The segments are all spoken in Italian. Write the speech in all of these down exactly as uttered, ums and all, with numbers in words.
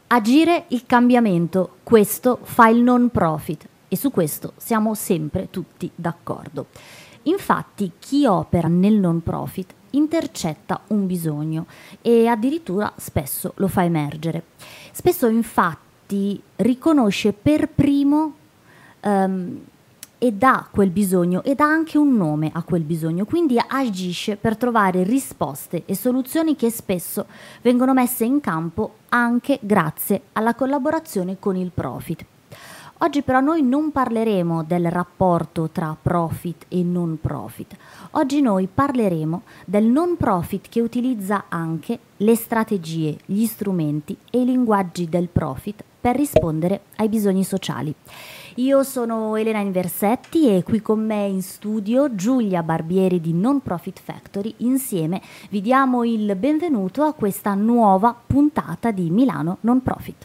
Agire il cambiamento, questo fa il non profit e su questo siamo sempre tutti d'accordo. Infatti chi opera nel non profit intercetta un bisogno e addirittura spesso lo fa emergere. Spesso infatti riconosce per primo um, e dà quel bisogno e dà anche un nome a quel bisogno, quindi agisce per trovare risposte e soluzioni che spesso vengono messe in campo anche grazie alla collaborazione con il profit. Oggi però noi non parleremo del rapporto tra profit e non profit. Oggi noi parleremo del non profit che utilizza anche le strategie, gli strumenti e i linguaggi del profit per rispondere ai bisogni sociali. Io sono Elena Inversetti e qui con me in studio Giulia Barbieri di Non Profit Factory. Insieme vi diamo il benvenuto a questa nuova puntata di Milano Non Profit.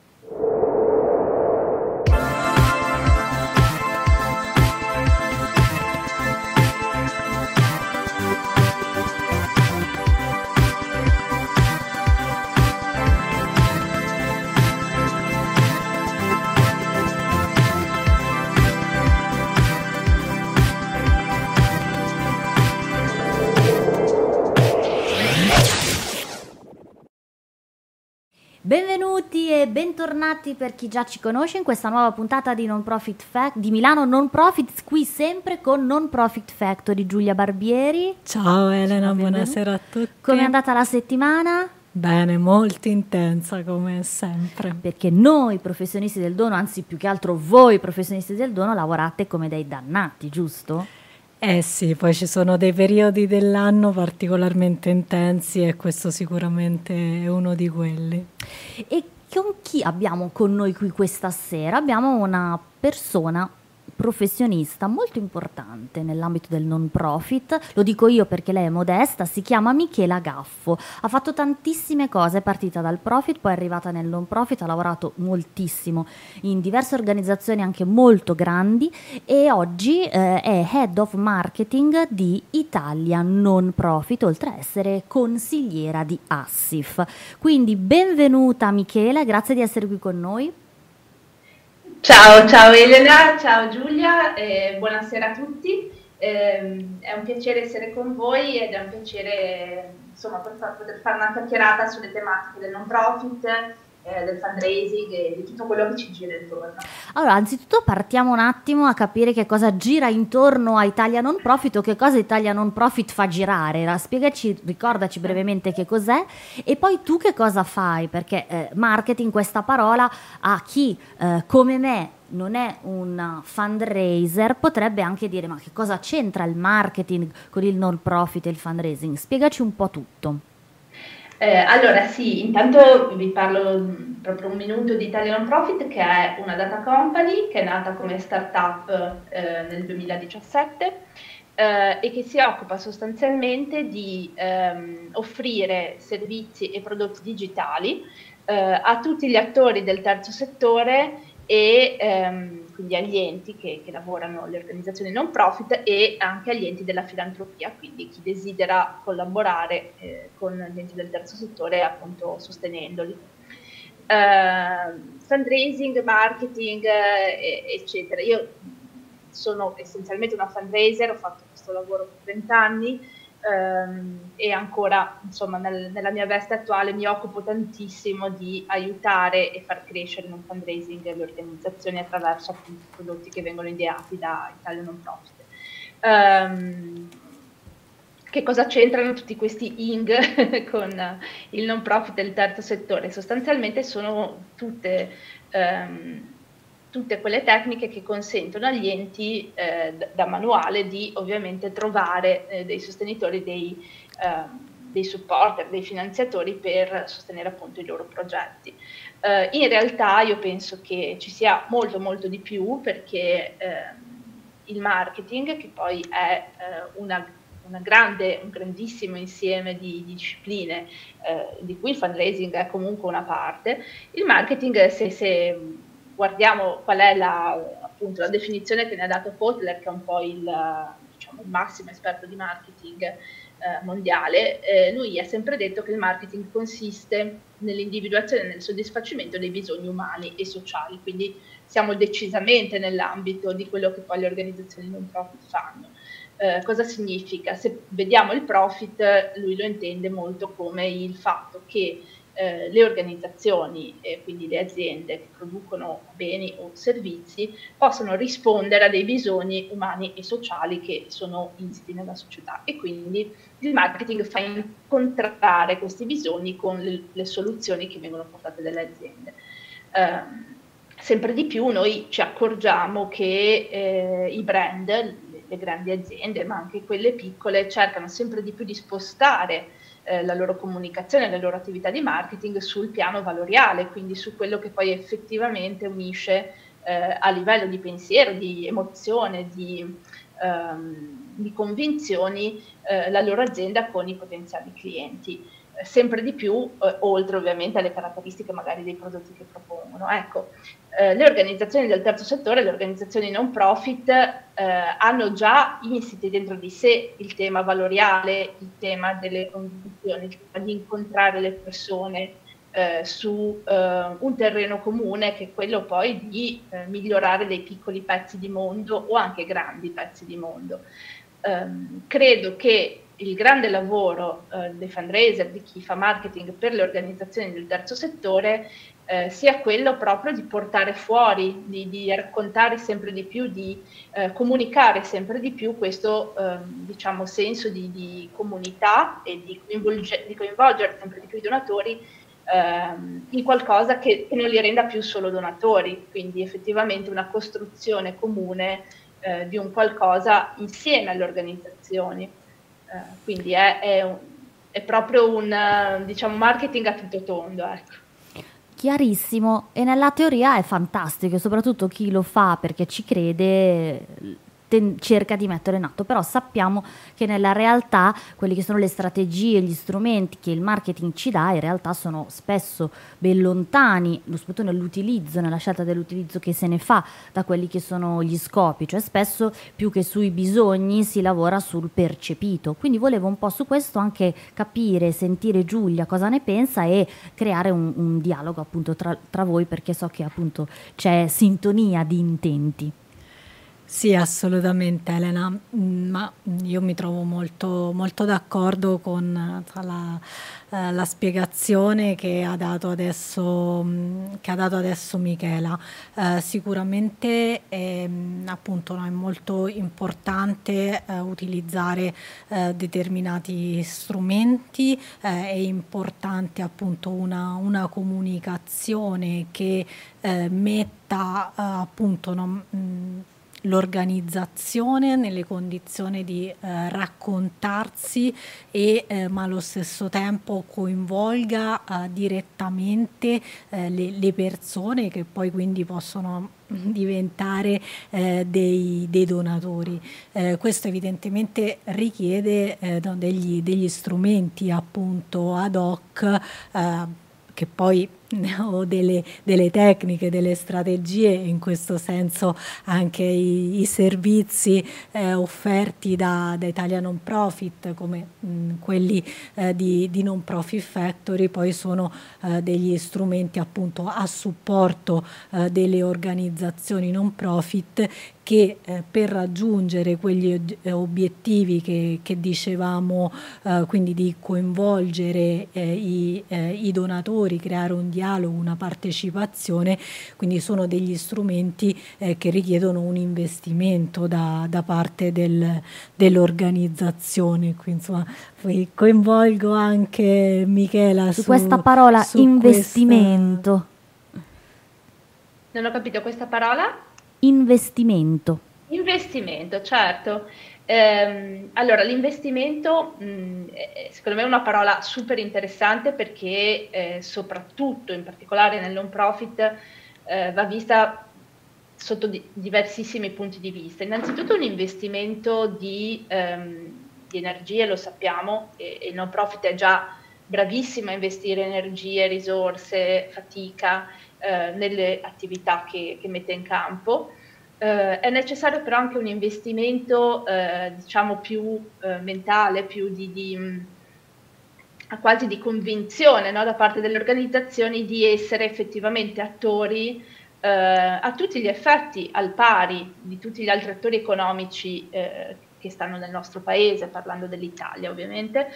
Benvenuti e bentornati per chi già ci conosce in questa nuova puntata di Non Profit Fact di Milano Non Profit, qui sempre con Non Profit Factory. Giulia Barbieri. Ciao Elena, Ciao, buonasera a tutti. Come è andata la settimana? Bene, molto intensa come sempre. Perché noi professionisti del dono, anzi più che altro voi professionisti del dono, lavorate come dei dannati, giusto? Eh sì, poi ci sono dei periodi dell'anno particolarmente intensi e questo sicuramente è uno di quelli. E con chi abbiamo con noi qui questa sera? Abbiamo una persona professionista molto importante nell'ambito del non profit, lo dico io perché lei è modesta, si chiama Michela Gaffo, ha fatto tantissime cose, è partita dal profit, poi è arrivata nel non profit, ha lavorato moltissimo in diverse organizzazioni anche molto grandi e oggi eh, è Head of Marketing di Italia Non Profit, oltre a essere consigliera di Assif. Quindi benvenuta Michela, grazie di essere qui con noi. Ciao, ciao Elena, ciao Giulia, eh, buonasera a tutti, eh, è un piacere essere con voi ed è un piacere insomma poter, poter fare una chiacchierata sulle tematiche del non profit, eh, del fundraising e di tutto quello che ci gira intorno. Allora, anzitutto partiamo un attimo a capire che cosa gira intorno a Italia Non Profit o che cosa Italia Non Profit fa girare. La, spiegaci, ricordaci brevemente che cos'è e poi tu che cosa fai, perché eh, marketing, questa parola, a chi eh, come me non è un fundraiser potrebbe anche dire ma che cosa c'entra il marketing con il non profit e il fundraising? Spiegaci un po' tutto. Eh, allora sì, intanto vi parlo proprio un minuto di Italia Non Profit, che è una data company che è nata come startup eh, nel duemiladiciassette eh, e che si occupa sostanzialmente di ehm, offrire servizi e prodotti digitali eh, a tutti gli attori del terzo settore e ehm, quindi agli enti che, che lavorano, alle organizzazioni non profit e anche agli enti della filantropia, quindi chi desidera collaborare eh, con gli enti del terzo settore appunto sostenendoli. Uh, fundraising, marketing, eh, eccetera. Io sono essenzialmente una fundraiser, ho fatto questo lavoro per trenta anni, Um, e ancora insomma nel, nella mia veste attuale mi occupo tantissimo di aiutare e far crescere in un fundraising le organizzazioni attraverso appunto prodotti che vengono ideati da Italia Non Profit. Um, che cosa c'entrano tutti questi I N G con il non profit e il terzo settore? Sostanzialmente sono tutte um, tutte quelle tecniche che consentono agli enti eh, da manuale di ovviamente trovare eh, dei sostenitori, dei, eh, dei supporter, dei finanziatori per sostenere appunto i loro progetti. Eh, in realtà io penso che ci sia molto molto di più perché eh, il marketing, che poi è eh, una, una grande, un grandissimo insieme di, di discipline eh, di cui il fundraising è comunque una parte, il marketing se... se guardiamo qual è la, appunto, la definizione che ne ha dato Kotler, che è un po' il, diciamo, il massimo esperto di marketing eh, mondiale, eh, lui ha sempre detto che il marketing consiste nell'individuazione e nel soddisfacimento dei bisogni umani e sociali, quindi siamo decisamente nell'ambito di quello che poi le organizzazioni non profit fanno. Eh, cosa significa? Se vediamo il profit, lui lo intende molto come il fatto che eh, le organizzazioni, e quindi le aziende che producono beni o servizi, possono rispondere a dei bisogni umani e sociali che sono insiti nella società, e quindi il marketing fa incontrare questi bisogni con le, le soluzioni che vengono portate dalle aziende. Eh, sempre di più noi ci accorgiamo che eh, i brand, le, le grandi aziende, ma anche quelle piccole, cercano sempre di più di spostare eh, la loro comunicazione, le loro attività di marketing sul piano valoriale, quindi su quello che poi effettivamente unisce eh, a livello di pensiero, di emozione, di, ehm, di convinzioni eh, la loro azienda con i potenziali clienti. Eh, sempre di più, eh, oltre ovviamente alle caratteristiche magari dei prodotti che propongono. Ecco, eh, le organizzazioni del terzo settore, le organizzazioni non profit, eh, hanno già insiti dentro di sé il tema valoriale, il tema delle condizioni, il tema di incontrare le persone eh, su eh, un terreno comune, che è quello poi di eh, migliorare dei piccoli pezzi di mondo o anche grandi pezzi di mondo. Um, credo che il grande lavoro eh, dei fundraiser, di chi fa marketing per le organizzazioni del terzo settore, eh, sia quello proprio di portare fuori, di, di raccontare sempre di più, di eh, comunicare sempre di più questo eh, diciamo senso di, di comunità e di, coinvolge, di coinvolgere sempre di più i donatori ehm, in qualcosa che, che non li renda più solo donatori, quindi effettivamente una costruzione comune eh, di un qualcosa insieme alle organizzazioni. Uh, quindi è, è, un, è proprio un uh, diciamo marketing a tutto tondo, ecco. Chiarissimo, e nella teoria è fantastico, e soprattutto chi lo fa perché ci crede ten- cerca di mettere in atto, però sappiamo che nella realtà quelle che sono le strategie, gli strumenti che il marketing ci dà in realtà sono spesso ben lontani, soprattutto nell'utilizzo, nella scelta dell'utilizzo che se ne fa da quelli che sono gli scopi, cioè spesso più che sui bisogni si lavora sul percepito. Quindi volevo un po' su questo anche capire, sentire Giulia cosa ne pensa e creare un, un dialogo appunto tra, tra voi, perché so che appunto c'è sintonia di intenti. Sì, assolutamente Elena, ma io mi trovo molto, molto d'accordo con la, eh, la spiegazione che ha dato adesso, che ha dato adesso Michela. Eh, sicuramente è, appunto, no, è molto importante eh, utilizzare eh, determinati strumenti, eh, è importante appunto una, una comunicazione che eh, metta eh, appunto no, mh, l'organizzazione nelle condizioni di eh, raccontarsi e eh, ma allo stesso tempo coinvolga eh, direttamente eh, le, le persone che poi quindi possono diventare eh, dei, dei donatori. Eh, questo evidentemente richiede eh, degli, degli strumenti appunto ad hoc eh, che poi o delle, delle tecniche, delle strategie, in questo senso anche i, i servizi eh, offerti da, da Italia Non Profit come mh, quelli eh, di, di Non Profit Factory poi sono eh, degli strumenti appunto a supporto eh, delle organizzazioni non profit che eh, per raggiungere quegli obiettivi che, che dicevamo, eh, quindi di coinvolgere eh, i, eh, i donatori, creare un dialogo, una partecipazione, quindi sono degli strumenti eh, che richiedono un investimento da, da parte del, dell'organizzazione. Quindi insomma poi coinvolgo anche Michela su, su questa parola su investimento. Questa... Non ho capito questa parola? Investimento. Investimento, certo. Ehm, allora, l'investimento mh, è, secondo me è una parola super interessante perché eh, soprattutto, in particolare nel non profit, eh, va vista sotto di, diversissimi punti di vista. Innanzitutto un investimento di, ehm, di energie, lo sappiamo, e, e il non profit è già bravissimo a investire energie, risorse, fatica eh, nelle attività che, che mette in campo. Eh, è necessario però anche un investimento, eh, diciamo, più eh, mentale, più di, di mh, quasi di convinzione, no, da parte delle organizzazioni di essere effettivamente attori eh, a tutti gli effetti al pari di tutti gli altri attori economici eh, che stanno nel nostro paese, parlando dell'Italia ovviamente,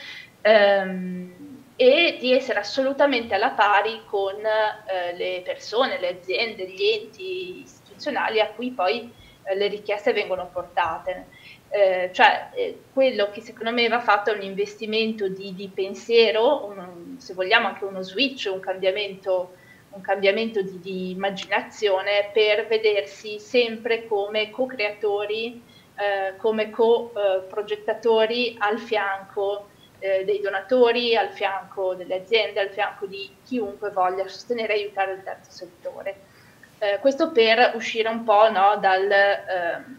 ehm, e di essere assolutamente alla pari con eh, le persone, le aziende, gli enti istituzionali a cui poi eh, le richieste vengono portate. Eh, cioè, eh, quello che secondo me va fatto è un investimento di, di pensiero, un, se vogliamo anche uno switch, un cambiamento, un cambiamento di, di immaginazione per vedersi sempre come co-creatori, eh, come co-progettatori al fianco eh, dei donatori, al fianco delle aziende, al fianco di chiunque voglia sostenere e aiutare il terzo settore. Eh, questo per uscire un po', no, dal, eh,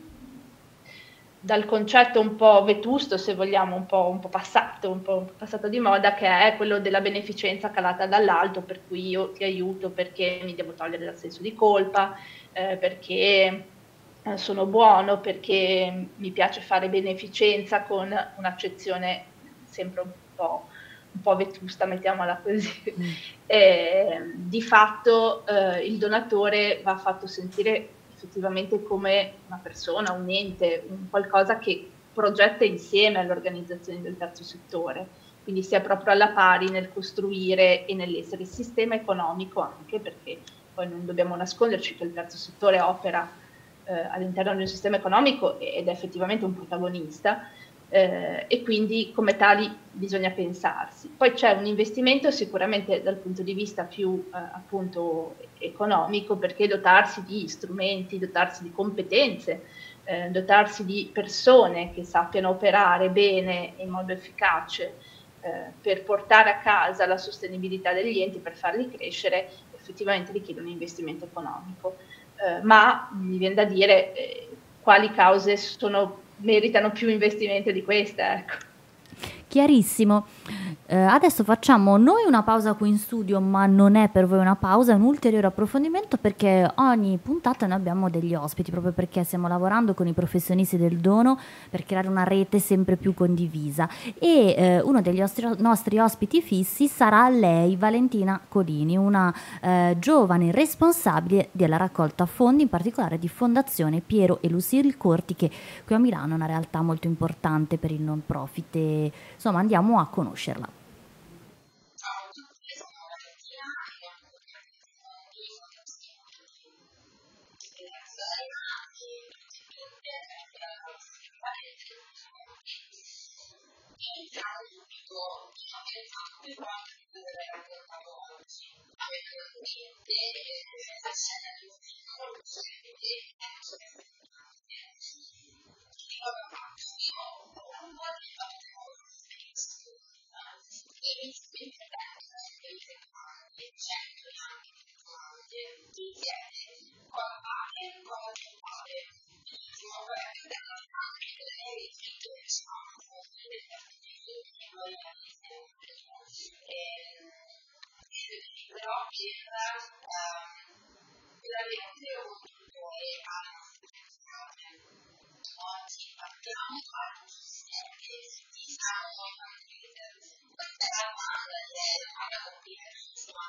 dal concetto un po' vetusto, se vogliamo, un po', un po' passato, un po', un po' passato di moda, che è quello della beneficenza calata dall'alto, per cui io ti aiuto perché mi devo togliere dal senso di colpa, eh, perché eh, sono buono, perché mi piace fare beneficenza con un'accezione sempre un po', un po' vetusta, mettiamola così. Mm. Eh, di fatto eh, il donatore va fatto sentire effettivamente come una persona, un ente, un qualcosa che progetta insieme alle organizzazioni del terzo settore, quindi sia proprio alla pari nel costruire e nell'essere il sistema economico, anche perché poi non dobbiamo nasconderci che il terzo settore opera eh, all'interno di un sistema economico ed è effettivamente un protagonista, eh, e quindi come tali bisogna pensarsi. Poi c'è un investimento sicuramente dal punto di vista più eh, appunto economico, perché dotarsi di strumenti, dotarsi di competenze, eh, dotarsi di persone che sappiano operare bene in modo efficace eh, per portare a casa la sostenibilità degli enti, per farli crescere, effettivamente richiede un investimento economico. Eh, ma mi viene da dire eh, quali cause sono meritano più investimento di queste, ecco. Chiarissimo. Eh, adesso facciamo noi una pausa qui in studio, ma non è per voi una pausa, è un ulteriore approfondimento, perché ogni puntata noi abbiamo degli ospiti, proprio perché stiamo lavorando con i professionisti del dono per creare una rete sempre più condivisa, e eh, uno degli nostri, nostri ospiti fissi sarà lei, Valentina Colini, una eh, giovane responsabile della raccolta fondi, in particolare di Fondazione Piero e Lucille Corti, che qui a Milano è una realtà molto importante per il non profit, e insomma andiamo a conoscerla. Ciao a tutti, sono Valentina e appunto di Fondazione Ringrazio Elena e tutti e tutte per la vostra iniziamo subito, diciamo che il fatto più forte di cui avrei raccontato oggi, avendo in mente la scena di un piccolo docente che non so se cosa faccio io, un po' di fatto e inizialmente che certo anche insieme con la parte con la parte diciamo per della anche lei tutto diciamo delle però per veramente ho voluto oggi partiamo che diciamo questa è la domanda della complessità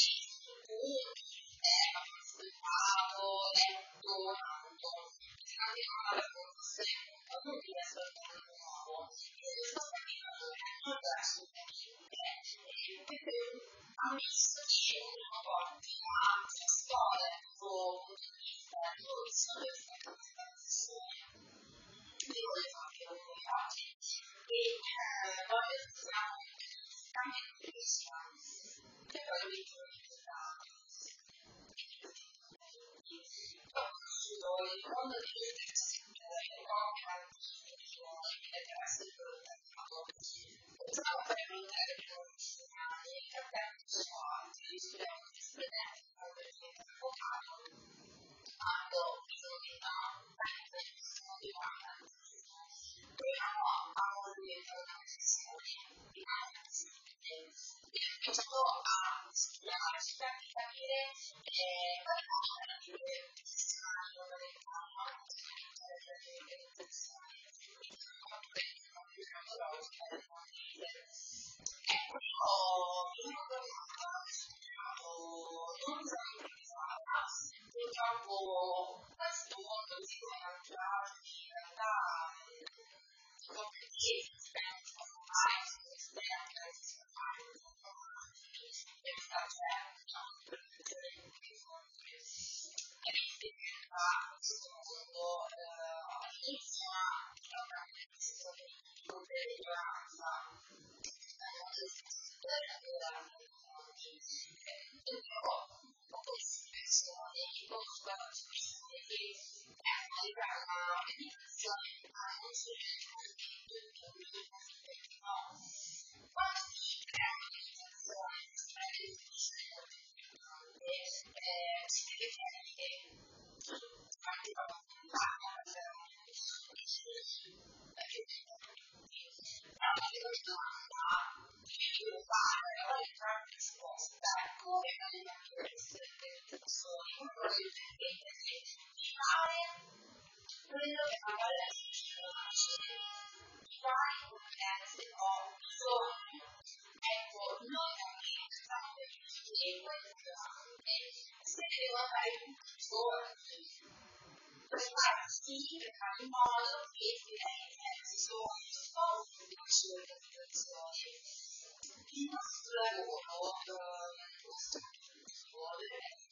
e ho ascoltato, letto tanto anche con la forse non mi è soltanto nuovo e questo sta diventando molto assolutamente ammesso che uno porti a scuola dal tuo punto di vista dove sono le persone devo le fare come oggi e noi siamo anche crescita che poi lo dicono di questa ho conosciuto il mondo delle persone come artistico e attraverso il loro trattato possiamo fare volutare che conosciuta e cambiare scuola io studiavo di studenti quando diventato avvocato quando mi sono detta tanto di sono di guarda proviamo a diventare una professione di e questo a studiare, cercare di capire quali sono le professioni Purtroppo questo mondo si può mangiare in realtà quello che magari di fare competenze ho bisogno. Ecco, noi facciamo che se devo fare un giorno per fare sì, per fare in modo che si sono disposti a sue situazioni. Il nostro lavoro vuole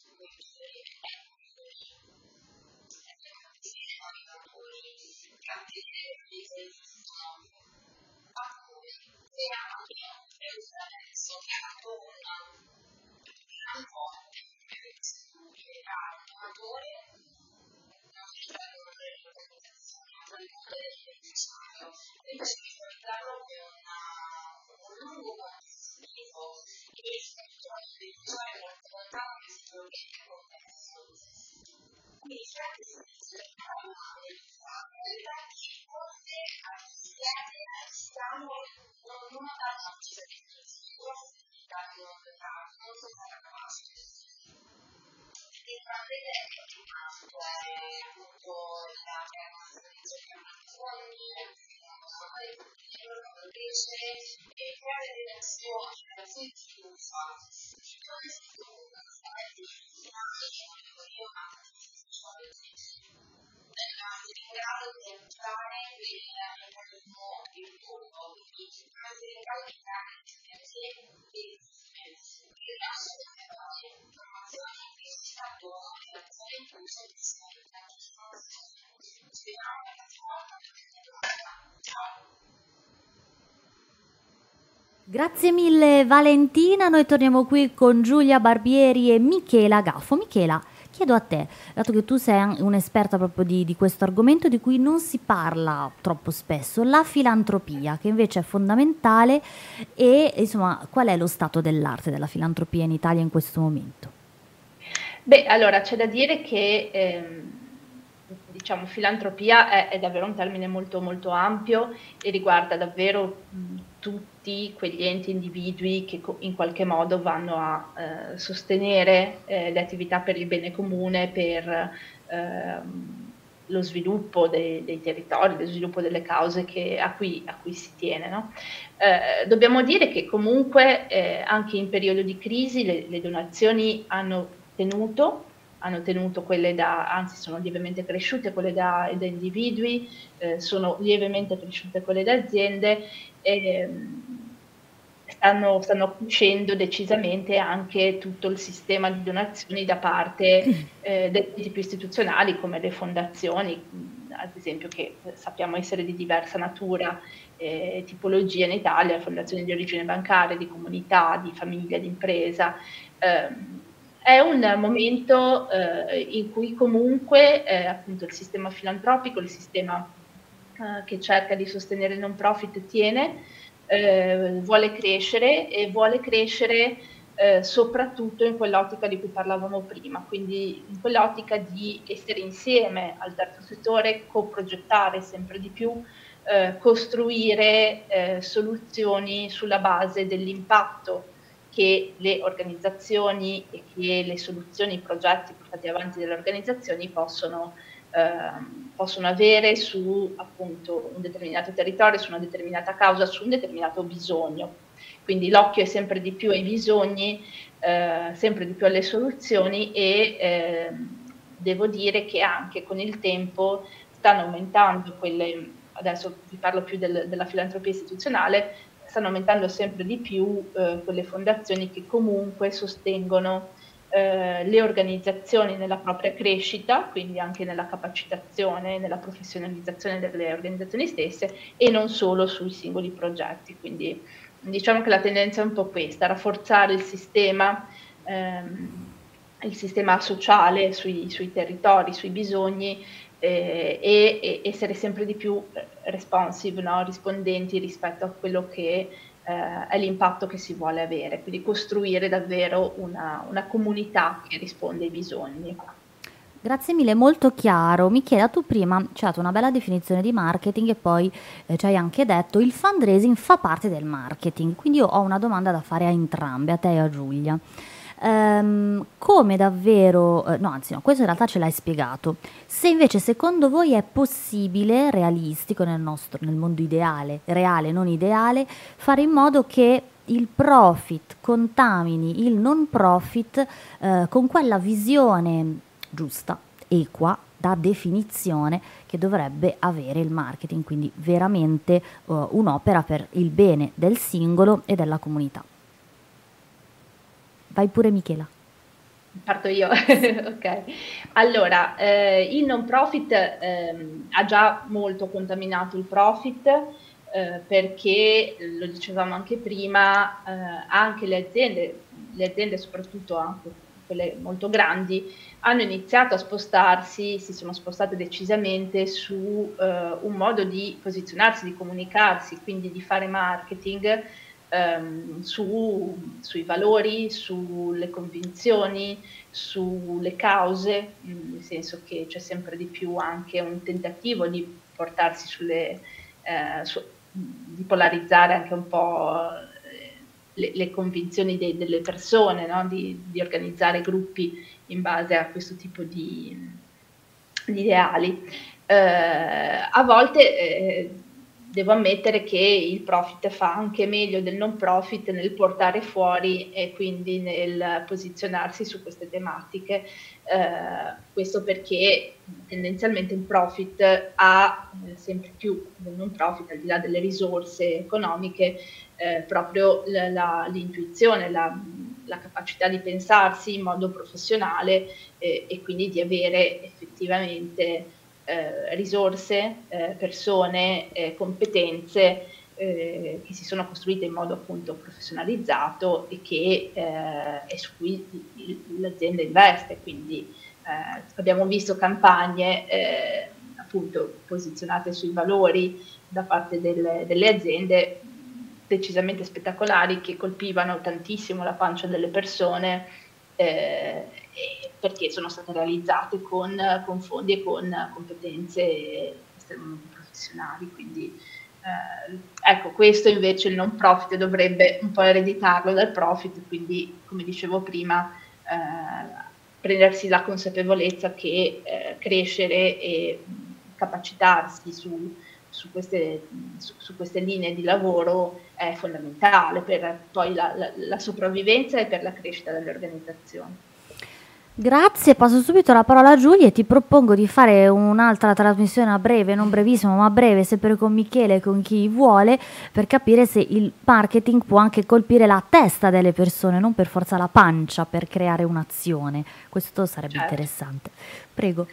Grazie mille Valentina, noi torniamo qui con Giulia Barbieri e Michela Gaffo. Michela, chiedo a te, dato che tu sei un'esperta proprio di, di questo argomento di cui non si parla troppo spesso, la filantropia, che invece è fondamentale, e insomma qual è lo stato dell'arte della filantropia in Italia in questo momento? Beh, allora c'è da dire che ehm, diciamo filantropia è, è davvero un termine molto molto ampio e riguarda davvero mh, tutti quegli enti individui che co- in qualche modo vanno a eh, sostenere eh, le attività per il bene comune, per ehm, lo sviluppo dei, dei territori, lo sviluppo delle cause che, a, cui, a cui si tiene, no? Eh, dobbiamo dire che comunque eh, anche in periodo di crisi le, le donazioni hanno tenuto, hanno tenuto quelle da, anzi sono lievemente cresciute quelle da, da individui, eh, sono lievemente cresciute quelle da aziende e stanno, stanno crescendo decisamente anche tutto il sistema di donazioni da parte eh, degli enti più istituzionali come le fondazioni, ad esempio, che sappiamo essere di diversa natura e tipologia in Italia, fondazioni di origine bancaria, di comunità, di famiglia, di impresa. Eh, è un momento eh, in cui comunque eh, appunto il sistema filantropico, il sistema eh, che cerca di sostenere il non profit tiene, eh, vuole crescere e vuole crescere eh, soprattutto in quell'ottica di cui parlavamo prima, quindi in quell'ottica di essere insieme al terzo settore, coprogettare sempre di più, eh, costruire eh, soluzioni sulla base dell'impatto che le organizzazioni e che le soluzioni, i progetti portati avanti dalle organizzazioni possono, ehm, possono avere su appunto un determinato territorio, su una determinata causa, su un determinato bisogno. Quindi l'occhio è sempre di più ai bisogni, eh, sempre di più alle soluzioni e eh, devo dire che anche con il tempo stanno aumentando quelle, adesso vi parlo più del, della filantropia istituzionale, stanno aumentando sempre di più eh, quelle fondazioni che comunque sostengono eh, le organizzazioni nella propria crescita, quindi anche nella capacitazione, nella professionalizzazione delle organizzazioni stesse e non solo sui singoli progetti. Quindi diciamo che la tendenza è un po' questa, rafforzare il sistema, ehm, il sistema sociale sui, sui territori, sui bisogni, eh, e, e essere sempre di più responsive, no? Rispondenti rispetto a quello che eh, è l'impatto che si vuole avere, quindi costruire davvero una, una comunità che risponde ai bisogni. Grazie mille, molto chiaro. Michela, tu prima ci hai dato una bella definizione di marketing e poi eh, ci hai anche detto il fundraising fa parte del marketing, quindi io ho una domanda da fare a entrambe, a te e a Giulia. Um, come davvero, eh, no anzi no, questo in realtà ce l'hai spiegato, se invece secondo voi è possibile, realistico nel nostro, nel mondo ideale, reale, non ideale, fare in modo che il profit contamini il non profit eh, con quella visione giusta, equa, da definizione che dovrebbe avere il marketing, quindi veramente uh, un'opera per il bene del singolo e della comunità. Vai pure Michela. Parto io, ok. Allora, eh, il non profit ehm, ha già molto contaminato il profit eh, perché, lo dicevamo anche prima, eh, anche le aziende, le aziende soprattutto anche quelle molto grandi, hanno iniziato a spostarsi, si sono spostate decisamente su eh, un modo di posizionarsi, di comunicarsi, quindi di fare marketing ehm, su, sui valori, sulle convinzioni, sulle cause, nel senso che c'è sempre di più anche un tentativo di portarsi sulle, eh, su, di polarizzare anche un po' le, le convinzioni de, delle persone, no? di, di organizzare gruppi in base a questo tipo di, di ideali. Eh, a volte eh, devo ammettere che il profit fa anche meglio del non profit nel portare fuori e quindi nel posizionarsi su queste tematiche. Eh, questo perché tendenzialmente il profit ha eh, sempre più del non profit, al di là delle risorse economiche, eh, proprio la, la, l'intuizione, la, la capacità di pensarsi in modo professionale eh, e quindi di avere effettivamente Eh, risorse, eh, persone, eh, competenze eh, che si sono costruite in modo appunto professionalizzato e che eh, è su cui l'azienda investe. Quindi eh, abbiamo visto campagne eh, appunto posizionate sui valori da parte delle, delle aziende decisamente spettacolari che colpivano tantissimo la pancia delle persone eh, perché sono state realizzate con, con fondi e con competenze estremamente professionali. Quindi eh, ecco, questo invece il non profit dovrebbe un po' ereditarlo dal profit, quindi come dicevo prima eh, prendersi la consapevolezza che eh, crescere e capacitarsi su, su, queste, su, su queste linee di lavoro è fondamentale per poi la, la, la sopravvivenza e per la crescita delle organizzazioni. Grazie, passo subito la parola a Giulia e ti propongo di fare un'altra trasmissione a breve, non brevissima ma a breve, sempre con Michele e con chi vuole, per capire se il marketing può anche colpire la testa delle persone, non per forza la pancia, per creare un'azione. Questo sarebbe certo. Interessante. Prego.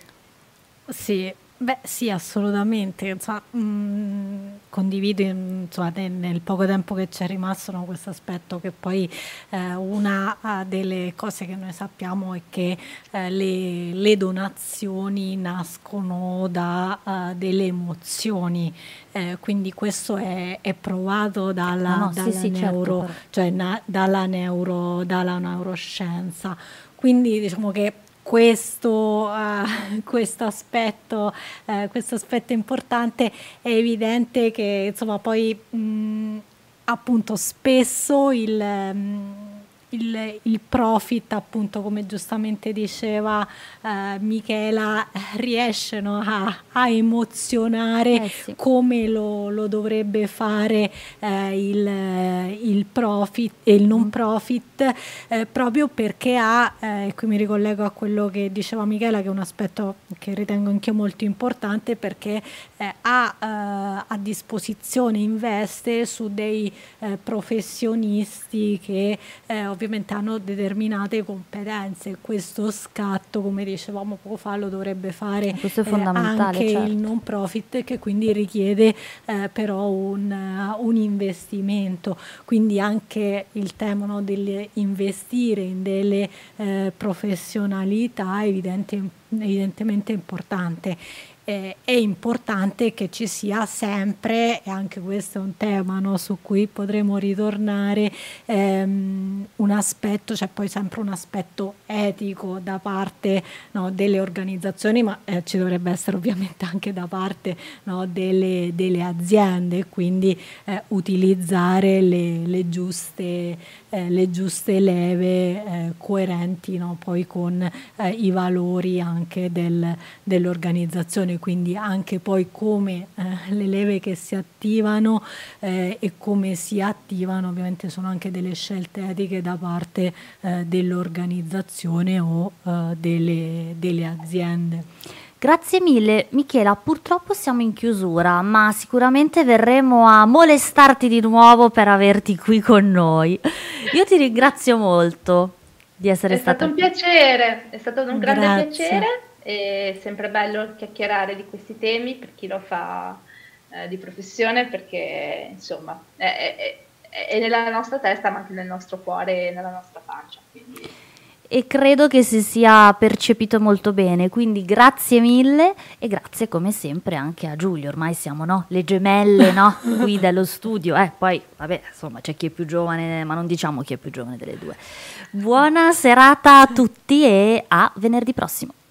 Sì. Beh sì, assolutamente, insomma, mh, condivido insomma, nel, nel poco tempo che c'è rimasto no, questo aspetto che poi eh, una uh, delle cose che noi sappiamo è che eh, le, le donazioni nascono da uh, delle emozioni, eh, quindi questo è, è provato dalla, no, no, dalla, sì, neuro, sì, certo, cioè, na, dalla, neuro, dalla neuroscienza, quindi diciamo che Questo, uh, questo aspetto uh, questo aspetto importante è evidente che insomma poi mh, appunto spesso il, mh, il, il profit, appunto, come giustamente diceva eh, Michela, riesce, no, a, a emozionare Eh sì. come lo, lo dovrebbe fare eh, il, il profit e il non profit, eh, proprio perché ha, eh, e qui mi ricollego a quello che diceva Michela, che è un aspetto che ritengo anch'io molto importante, perché eh, ha eh, a disposizione, investe su dei eh, professionisti che eh, ovviamente hanno determinate competenze. Questo scatto, come dicevamo poco fa, lo dovrebbe fare Questo è eh, fondamentale, anche certo. il non profit, che quindi richiede eh, però un, uh, un investimento. Quindi anche il tema, no, del investire in delle eh, professionalità evidente, evidentemente importante. Eh, è importante che ci sia sempre, e anche questo è un tema, no, su cui potremo ritornare, ehm, un aspetto, cioè poi sempre un aspetto etico da parte, no, delle organizzazioni, ma eh, ci dovrebbe essere ovviamente anche da parte, no, delle, delle aziende, quindi eh, utilizzare le, le giuste eh, le giuste leve eh, coerenti, no, poi con eh, i valori anche del, dell'organizzazione, quindi anche poi come eh, le leve che si attivano eh, e come si attivano ovviamente sono anche delle scelte etiche da parte eh, dell'organizzazione o eh, delle, delle aziende. Grazie mille Michela, purtroppo siamo in chiusura, ma sicuramente verremo a molestarti di nuovo per averti qui con noi. Io ti ringrazio molto di essere È stata stato un qui. piacere, è stato un grande Grazie. piacere, è sempre bello chiacchierare di questi temi per chi lo fa eh, di professione, perché insomma è, è, è nella nostra testa, ma anche nel nostro cuore e nella nostra pancia. Quindi... E credo che si sia percepito molto bene, quindi grazie mille e grazie come sempre anche a Giulia. Ormai siamo, no, le gemelle, no, qui dello studio, eh, poi vabbè, insomma c'è chi è più giovane, ma non diciamo chi è più giovane delle due. Buona serata a tutti e a venerdì prossimo.